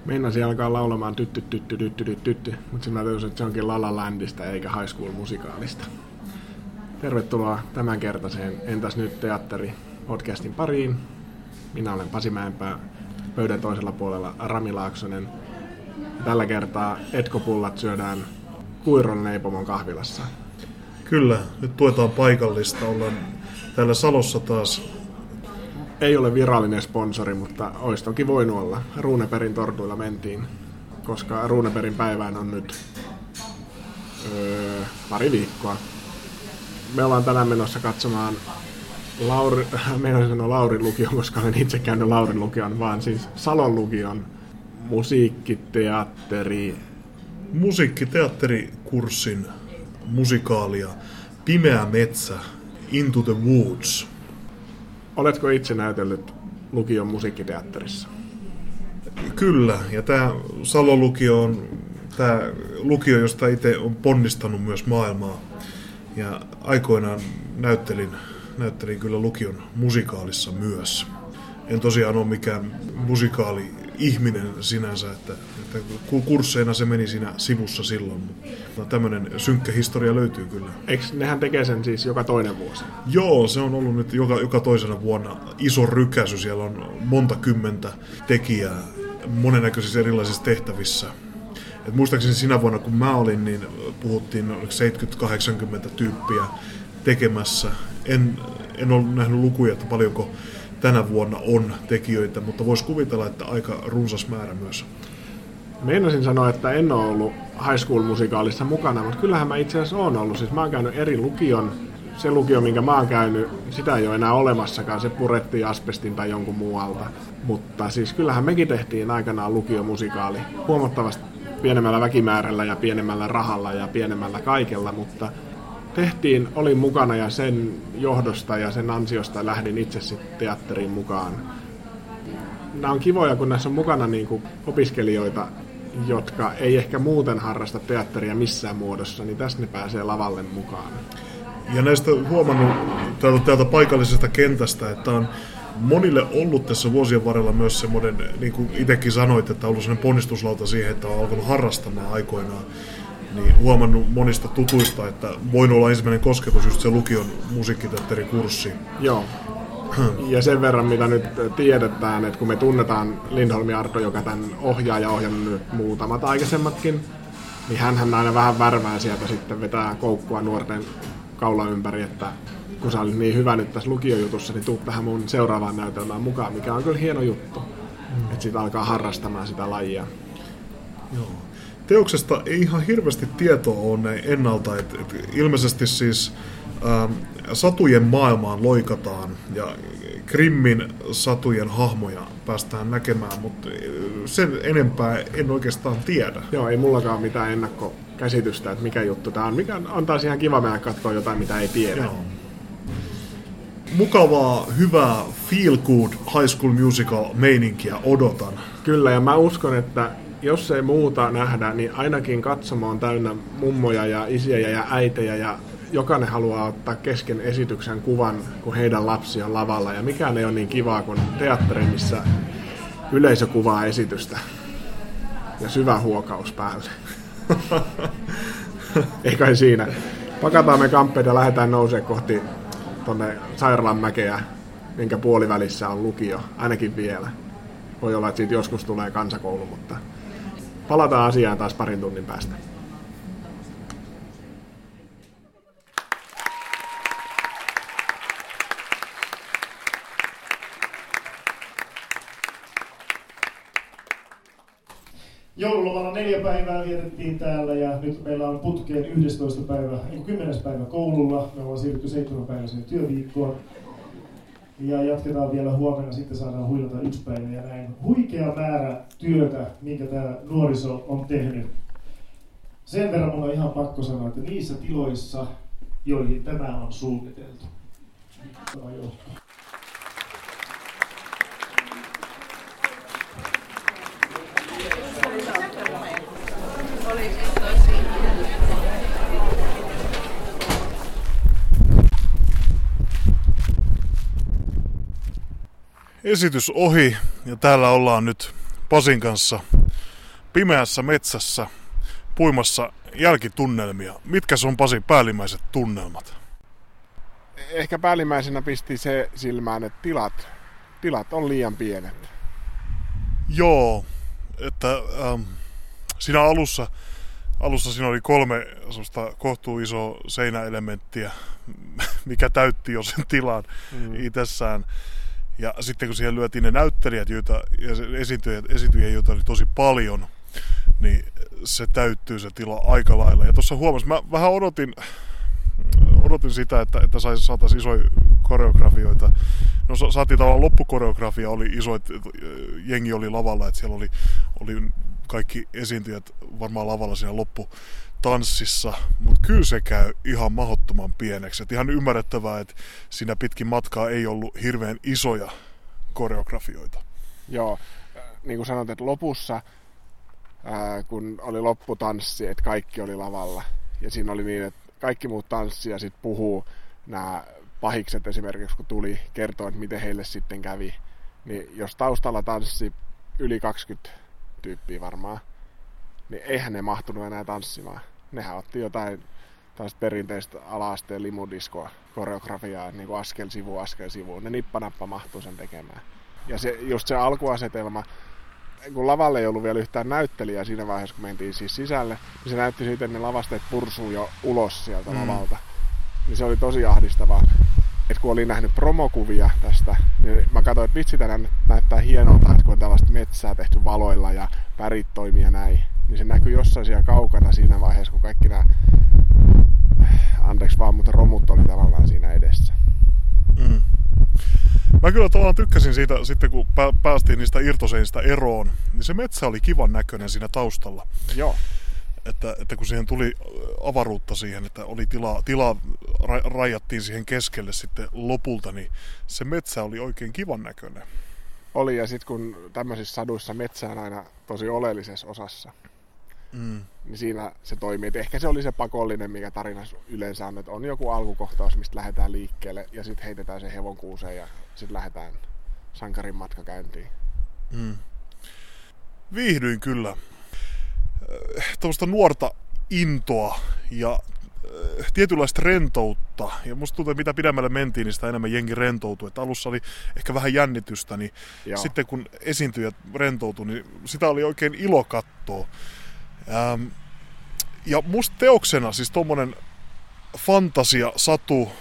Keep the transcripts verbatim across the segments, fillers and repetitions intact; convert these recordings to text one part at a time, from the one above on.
Meinasin alkaa laulamaan tytty, tytty, tytty, tytty, tytty, mutta sitten mä tajusin, että se onkin La La Landista eikä High School Musicalista. Tervetuloa tämänkertaiseen Entäs nyt teatteri podcastin pariin. Minä olen Pasi Mäenpää, pöydän toisella puolella Rami Laaksonen. Tällä kertaa etkopullat syödään Kuiron leipomon kahvilassa. Kyllä, nyt tuetaan paikallista. Ollaan täällä Salossa taas. Ei ole virallinen sponsori, mutta olisi toki voinut olla. Runebergin tortuilla mentiin, koska Runebergin päivään on nyt öö, pari viikkoa. Me ollaan tänään menossa katsomaan Lauri, meidän sanoa Laurin lukion, koska olen itse käynyt Laurin lukion, vaan siis Salon lukion musiikkiteatteri. Musiikkiteatterikurssin musikaalia Pimeä metsä, Into the Woods. Oletko itse näytellyt lukion musiikkiteatterissa? Kyllä, ja tämä Salon lukio on tämä lukio, josta itse on ponnistanut myös maailmaa. Ja aikoinaan näyttelin, näyttelin kyllä lukion musikaalissa myös. En tosiaan ole mikään musikaali-ihminen sinänsä, että, että kursseina se meni siinä sivussa silloin. Mutta tämmöinen synkkä historia löytyy kyllä. Eikö nehän tekee sen siis joka toinen vuosi? Joo, se on ollut nyt joka, joka toisena vuonna iso rykäsy. Siellä on monta kymmentä tekijää monennäköisissä erilaisissa tehtävissä. Et muistaakseni sinä vuonna, kun mä olin, niin puhuttiin seitsemänkymmentä kahdeksankymmentä tyyppiä tekemässä. En, en ole nähnyt lukuja, että paljonko tänä vuonna on tekijöitä, mutta voisi kuvitella, että aika runsas määrä myös. Meinasin sanoa, että en ole ollut High School Musicalissa mukana, mutta kyllähän mä itse asiassa olen ollut. Siis mä oon käynyt eri lukion. Se lukio, minkä mä oon käynyt, sitä ei ole enää olemassakaan. Se purettiin asbestin tai jonkun muualta. Mutta siis kyllähän mekin tehtiin aikanaan lukiomusikaali huomattavasti pienemmällä väkimäärällä ja pienemmällä rahalla ja pienemmällä kaikella, mutta tehtiin, olin mukana ja sen johdosta ja sen ansiosta lähdin itse sitten teatteriin mukaan. Nämä on kivoja, kun näissä on mukana niin kuin opiskelijoita, jotka ei ehkä muuten harrasta teatteria missään muodossa, niin tässä ne pääsee lavalle mukaan. Ja näistä huomannut täältä, täältä paikallisesta kentästä, että on monille ollut tässä vuosien varrella myös semmoinen, niin kuin itsekin sanoit, että on ollut semmoinen ponnistuslauta siihen, että on alkanut harrastamaan aikoinaan. Niin huomannut monista tutuista, että voin olla ensimmäinen kosketus just se lukion musiikkiteatterikurssi. Joo. Ja sen verran, mitä nyt tiedetään, että kun me tunnetaan Lindholmin Arto, joka tämän ohjaa ja ohjannut nyt muutamat aikaisemmatkin, niin hänhän aina vähän värvää sieltä sitten vetää koukkua nuorten kaula ympäri, että kun sä olit niin hyvä nyt tässä lukiojutussa, niin tuu tähän mun seuraavaan näytelmään mukaan, mikä on kyllä hieno juttu, mm. että siitä alkaa harrastamaan sitä lajia. Joo. Teoksesta ei ihan hirveästi tietoa ole näin ennalta, että et ilmeisesti siis ähm, satujen maailmaan loikataan ja Grimmin satujen hahmoja päästään näkemään, mutta sen enempää en oikeastaan tiedä. Joo, ei mullakaan mitään ennakkokäsitystä, että mikä juttu tämä on. Mikä on taas ihan kiva mennä katsoa jotain, mitä ei tiedä. Joo. Mukavaa, hyvää, feel good High School Musical meininkiä odotan. Kyllä, ja mä uskon, että jos ei muuta nähdä, niin ainakin katsomo on täynnä mummoja ja isiä ja äitejä ja jokainen haluaa ottaa kesken esityksen kuvan, kun heidän lapsi on lavalla. Ja mikään ei ole niin kivaa kuin teatteri, missä yleisö kuvaa esitystä ja syvä huokaus päälle. Ei kai siinä. Pakataan me kamppeet ja lähdetään nousee kohti tuonne Sairaalanmäkeä, minkä puolivälissä on lukio, ainakin vielä. Voi olla, että siitä joskus tulee kansakoulu, mutta palataan asiaan taas parin tunnin päästä. Joululomalla neljä päivää vietettiin täällä ja nyt meillä on putkeen yhdestoista päivä, niin kymmenes päivä koululla. Me ollaan siirrytty seitsemänpäiväiseen työviikkoon. Ja jatketaan vielä huomenna, sitten saadaan huilata yksi päivä ja näin. Huikea määrä työtä, minkä tämä nuoriso on tehnyt. Sen verran mun on ihan pakko sanoa, että niissä tiloissa, joihin tämä on suunniteltu. Esitys ohi ja täällä ollaan nyt Pasin kanssa pimeässä metsässä puimassa jälkitunnelmia. Mitkä on, Pasi, päällimmäiset tunnelmat? Ehkä päällimmäisenä pisti se silmään, että tilat, tilat on liian pienet. Joo, että ähm, siinä alussa, alussa siinä oli kolme kohtuu isoa seinäelementtiä, mikä täytti jo sen tilan mm. itsessään. Ja sitten kun siihen lyötiin ne näyttelijät joita, ja esiintyjät, esiintyjiä, joita oli tosi paljon, niin se täyttyy se tila aika lailla. Ja tuossa huomasin, mä vähän odotin, odotin sitä, että, että saataisiin isoja koreografioita. No saatiin tavallaan loppukoreografia, oli isoit, jengi oli lavalla, että siellä oli, oli kaikki esiintyjät varmaan lavalla siinä lopputanssissa, mutta kyllä se käy ihan mahdottoman pieneksi. Et ihan ymmärrettävää, että siinä pitkin matkaa ei ollut hirveän isoja koreografioita. Joo, niin kuin sanoit, että lopussa, ää, kun oli lopputanssi, että kaikki oli lavalla, ja siinä oli niin, että kaikki muut tanssia sitten puhuu, nämä pahikset esimerkiksi, kun tuli kertoa, että miten heille sitten kävi, niin jos taustalla tanssi yli kaksikymmentä tyyppiä varmaan, niin eihän ne mahtunut enää tanssimaan. Nehän otti jotain taas perinteistä ala-asteen limudiskoa, koreografiaa, niin kuin askel sivu, askel sivu. Ne nippanappa mahtuu sen tekemään. Ja se, just se alkuasetelma, kun lavalle ei ollut vielä yhtään näyttelijää siinä vaiheessa, kun mentiin siis sisälle, niin se näytti siitä, että ne lavasteet pursuu jo ulos sieltä mm. lavalta. Niin se oli tosi ahdistavaa. Et kun olin nähnyt promokuvia tästä, niin mä katsoin, että vitsi, tämä näyttää hienolta, että kun on tällaista metsää tehty valoilla ja värit toimii ja näin, niin se näkyy jossain siellä kaukana siinä vaiheessa, kun kaikki nämä, anteeksi vaan, mutta romut oli tavallaan siinä edessä. Mm. Mä kyllä tavallaan tykkäsin siitä, sitten kun päästiin niistä irtoseinistä eroon, niin se metsä oli kivan näköinen siinä taustalla. Joo. Että, että kun siihen tuli avaruutta siihen, että oli tilaa, tilaa ra, rajattiin siihen keskelle sitten lopulta, niin se metsä oli oikein kivan näköinen. Oli, ja sitten kun tämmöisissä saduissa metsä on aina tosi oleellisessa osassa, mm. niin siinä se toimii. Et ehkä se oli se pakollinen, mikä tarinassa yleensä on, että on joku alkukohtaus, mistä lähdetään liikkeelle, ja sitten heitetään se hevon kuuseen, ja sitten lähdetään sankarin matkakäyntiin. Mm. Viihdyin kyllä. Tuollaista nuorta intoa ja tietynlaista rentoutta. Ja musta tuntuu, että mitä pidemmälle mentiin, niin sitä enemmän jengi rentoutui. Että alussa oli ehkä vähän jännitystä, niin Joo. sitten kun esiintyjät rentoutui, niin sitä oli oikein ilo katsoa. Ähm, ja musta teoksena siis tommonen fantasia, satu,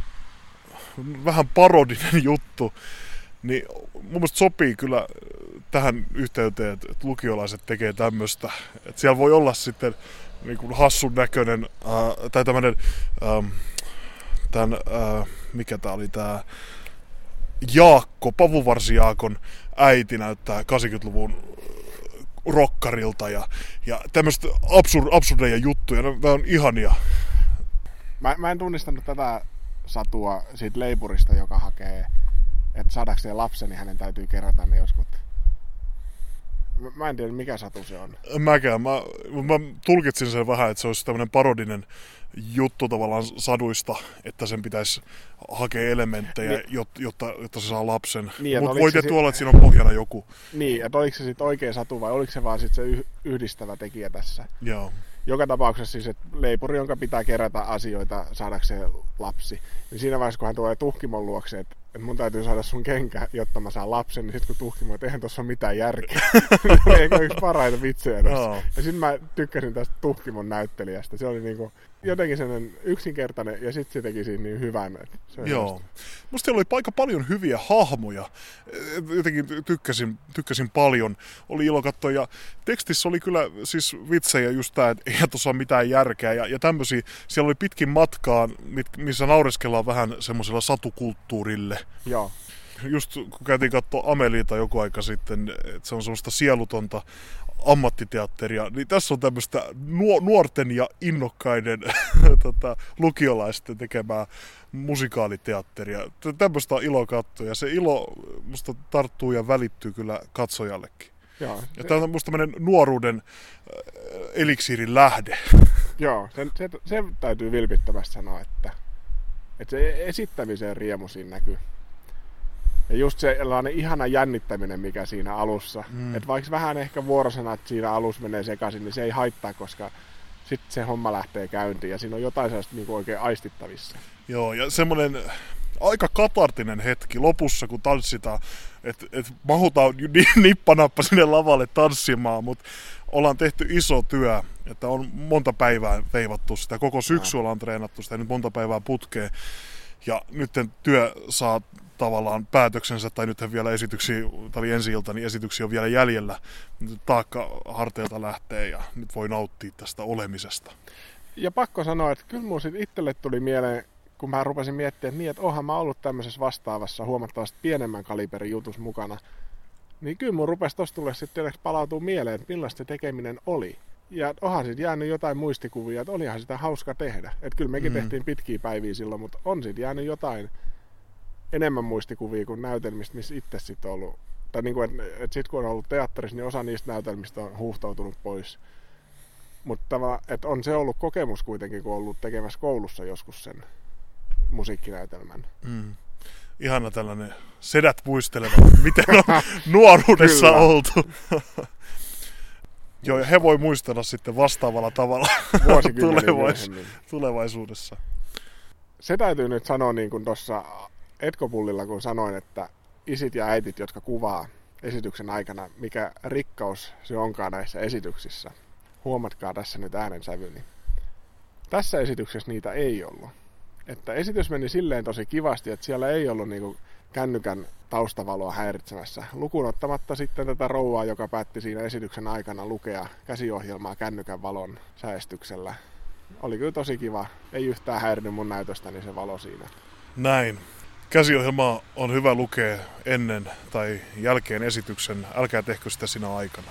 vähän parodinen juttu, niin mun mielestä sopii kyllä tähän yhteyteen, että lukiolaiset tekee tämmöistä. Että siellä voi olla sitten niin kuin hassun näköinen, ää, tai tämmöinen, ää, tämän, ää, mikä tää oli tää, Jaakko, Pavuvarsi Jaakon äiti näyttää kahdeksankymmentäluvun rokkarilta ja, ja tämmöistä absur, absurdeja juttuja, nämä on ihania. Mä, mä en tunnistanut tätä satua siitä leipurista, joka hakee, että saadakseen lapsen, niin hänen täytyy kerätä ne joskus. Mä en tiedä, mikä satu se on. Mäkään. Mä, mä tulkitsin sen vähän, että se olisi tämmöinen parodinen juttu tavallaan saduista, että sen pitäisi hakea elementtejä, niin, jotta, jotta se saa lapsen. Niin, mutta voi tietysti olla, että siinä on pohjana joku. Niin, että oliko se sitten oikea satu vai oliko se vaan sit se yhdistävä tekijä tässä? Joo. Joka tapauksessa siis, että leipuri, jonka pitää kerätä asioita saadakseen lapsi, niin siinä vaiheessa, kun hän tulee tuhkimon luokse, että että mun täytyy saada sun kenkä, jotta mä saan lapsen, niin sit kun tuhkimo, että eihän tossa ole mitään järkeä. Eikä yksi parhaita vitsejä tässä. No. Ja sit mä tykkäsin tästä tuhkimon näyttelijästä. Se oli niinku jotenkin sellainen yksinkertainen, ja sit se teki siinä niin hyvän. Joo. Musta siellä oli aika paljon hyviä hahmoja. Jotenkin tykkäsin, tykkäsin paljon. Oli ilo katsoa, ja tekstissä oli kyllä siis vitsejä just tää, että eihän tossa ole mitään järkeä, ja, ja tämmösiä. Siellä oli pitkin matkaan, missä naureskellaan vähän semmoisella satukulttuurille. Joo. Just kun käytiin katsoa Ameliita joku aika sitten, että se on semmoista sielutonta ammattiteatteria, niin tässä on tämmöistä nuorten ja innokkaiden tota, lukiolaisten tekemää musikaaliteatteria. Tämmöistä on ilo katsoa, ja se ilo musta tarttuu ja välittyy kyllä katsojallekin. Joo, se... Ja tämä on musta tämmöinen nuoruuden eliksiirin lähde. Joo, se, se, se täytyy vilpittömästi sanoa, että, että se esittämisen riemu siinä näkyy. Ja just sellainen ihana jännittäminen, mikä siinä alussa. Mm. Että vaikka vähän ehkä vuorosanat siinä alussa menee sekaisin, niin se ei haittaa, koska sitten se homma lähtee käyntiin ja siinä on jotain sellaista niin kuin oikein aistittavissa. Joo, ja semmoinen aika katartinen hetki lopussa, kun tanssitaan, että et mahutaan nippanappa sinne lavalle tanssimaan, mutta ollaan tehty iso työ, että on monta päivää veivattu sitä, koko syksy ollaan treenattu sitä, nyt monta päivää putkeen, ja nyt työ saa tavallaan päätöksensä, tai nythän vielä esityksiä, tämä oli ensi-ilta, niin esityksiä on vielä jäljellä, nyt taakka harteilta lähtee, ja nyt voi nauttia tästä olemisesta. Ja pakko sanoa, että kyllä mun sit itselle tuli mieleen, kun mä rupesin miettimään, että niin, että oonhan mä ollut tämmöisessä vastaavassa huomattavasti pienemmän kaliberin jutus mukana, niin kyllä mun rupesi tossa tulla sitten palautua mieleen, että millaista se tekeminen oli. Ja onhan sitten jäänyt jotain muistikuvia, että olihan sitä hauska tehdä. Että kyllä mekin mm. tehtiin pitkiä päiviä silloin, mutta on sitten jäänyt jotain enemmän muistikuvia kuin näytelmistä, missä itse sitten on ollut. Tai niin kuin, että et sitten kun on ollut teatterissa, niin osa niistä näytelmistä on huuhtautunut pois. Mutta että on se ollut kokemus kuitenkin, kun on ollut tekemässä koulussa joskus sen musiikkinäytelmän. Mm. Ihana tällainen sedät muisteleva, miten on nuoruudessa oltu. Joo, ja he voi muistella sitten vastaavalla tavalla tulevais- tulevaisuudessa. Se täytyy nyt sanoa niin kuin tuossa Etkopullilla, kun sanoin, että isit ja äitit, jotka kuvaa esityksen aikana, mikä rikkaus se onkaan näissä esityksissä. Huomatkaa tässä nyt äänensävyni. Tässä esityksessä niitä ei ollut. Että esitys meni silleen tosi kivasti, että siellä ei ollut niinku kännykän taustavaloa häiritsemässä. Lukuun ottamatta sitten tätä rouvaa, joka päätti siinä esityksen aikana lukea käsiohjelmaa kännykän valon säestyksellä. Oli kyllä tosi kiva. Ei yhtään häirinyt mun näytöstäni se valo siinä. Näin. Käsiohjelmaa on hyvä lukea ennen tai jälkeen esityksen. Älkää tehkö sitä sinä aikana.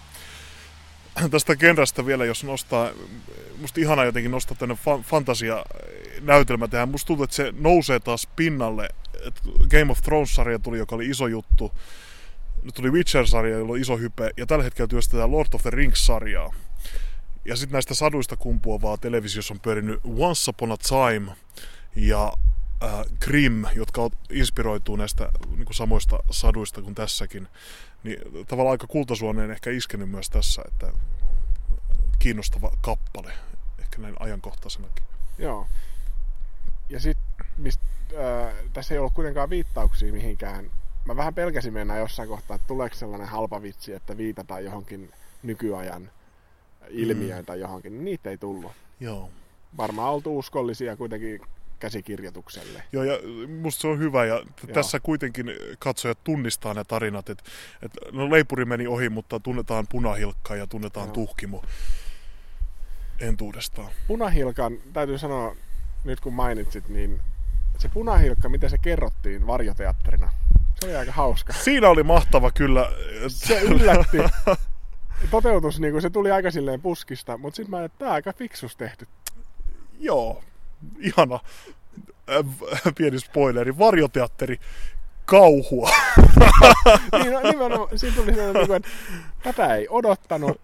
Tästä genrestä vielä, jos nostaa, musta ihanaa jotenkin nostaa tänne fa- fantasia-näytelmä tähän. Musta tuntuu, että se nousee taas pinnalle. Game of Thrones-sarja tuli, joka oli iso juttu. Nyt tuli Witcher-sarja, jolla on iso hype. Ja tällä hetkellä työstetään Lord of the Rings-sarjaa. Ja sitten näistä saduista kumpuavaa televisiossa on pyörinyt Once Upon a Time ja äh, Grimm, jotka inspiroituu näistä niin kuin samoista saduista kuin tässäkin. Niin tavallaan aika kultasuoneen ehkä iskenyt myös tässä, että kiinnostava kappale, ehkä näin ajankohtaisenakin. Joo. Ja sitten, äh, tässä ei ollut kuitenkaan viittauksia mihinkään. Mä vähän pelkäsin mennä jossain kohtaa, että tuleeko sellainen halpa vitsi, että viitataan johonkin nykyajan ilmiöön mm. tai johonkin. Niitä ei tullut. Joo. Varmaan oltu uskollisia kuitenkin käsikirjoitukselle. Joo, ja musta se on hyvä, ja t- tässä kuitenkin katsojat tunnistaa ne tarinat, että et, no leipuri meni ohi, mutta tunnetaan Punahilkka ja tunnetaan Joo. Tuhkimo entuudestaan. Punahilkan, täytyy sanoa, nyt kun mainitsit, niin se Punahilkka, miten se kerrottiin varjoteatterina, se oli aika hauska. Siinä oli mahtava kyllä. Se yllätti. Toteutus, niin kun se tuli aika silleen puskista, mutta sitten mä ajattelin, että tämä on aika fiksus tehty. Joo. Ihana, äh, pieni spoileri, varjoteatteri, kauhua. niin, no, nimenomaan, siinä tuli sellainen, että tätä ei odottanut.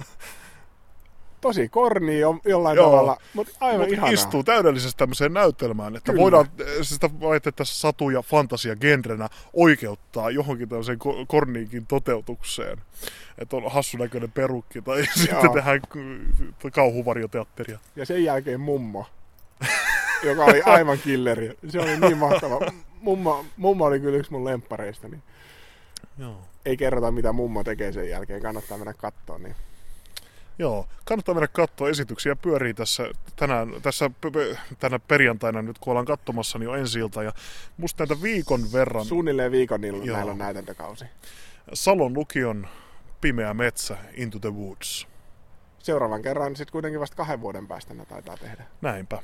Tosi korni jo, jollain Joo. tavalla, mutta aivan Mut ihanaa. Istuu täydellisesti tämmöiseen näytelmään, että Kyllä. voidaan sitä tässä satu- ja fantasia-genrenä oikeuttaa johonkin tämmöiseen korniinkin toteutukseen. Että on hassun näköinen perukki tai Joo. sitten tehdään kauhuvarjoteatteria. Ja sen jälkeen mummo. Joka oli aivan killeri. Se oli niin mahtava. Mummo, mummo oli kyllä yksi mun lemppareista. Niin Joo. Ei kerrota, mitä mummo tekee sen jälkeen. Kannattaa mennä katsoa. Niin. Joo, kannattaa mennä katsoa. Esityksiä pyörii tässä tänään, tässä tänä perjantaina nyt, kun ollaan katsomassa, niin on ensi-ilta. Ja musta näitä viikon verran... Suunnilleen viikon niillä näillä on näytäntökausi. Salon lukion Pimeä metsä, Into the Woods. Seuraavan kerran sitten kuitenkin vasta kahden vuoden päästä ne taitaa tehdä. Näinpä.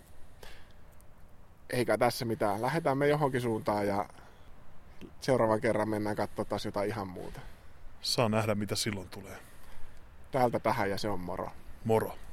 Eikä tässä mitään. Lähdetään me johonkin suuntaan ja seuraavan kerran mennään katsoa taas jotain ihan muuta. Saa nähdä, mitä silloin tulee. Täältä tähän ja se on moro. Moro.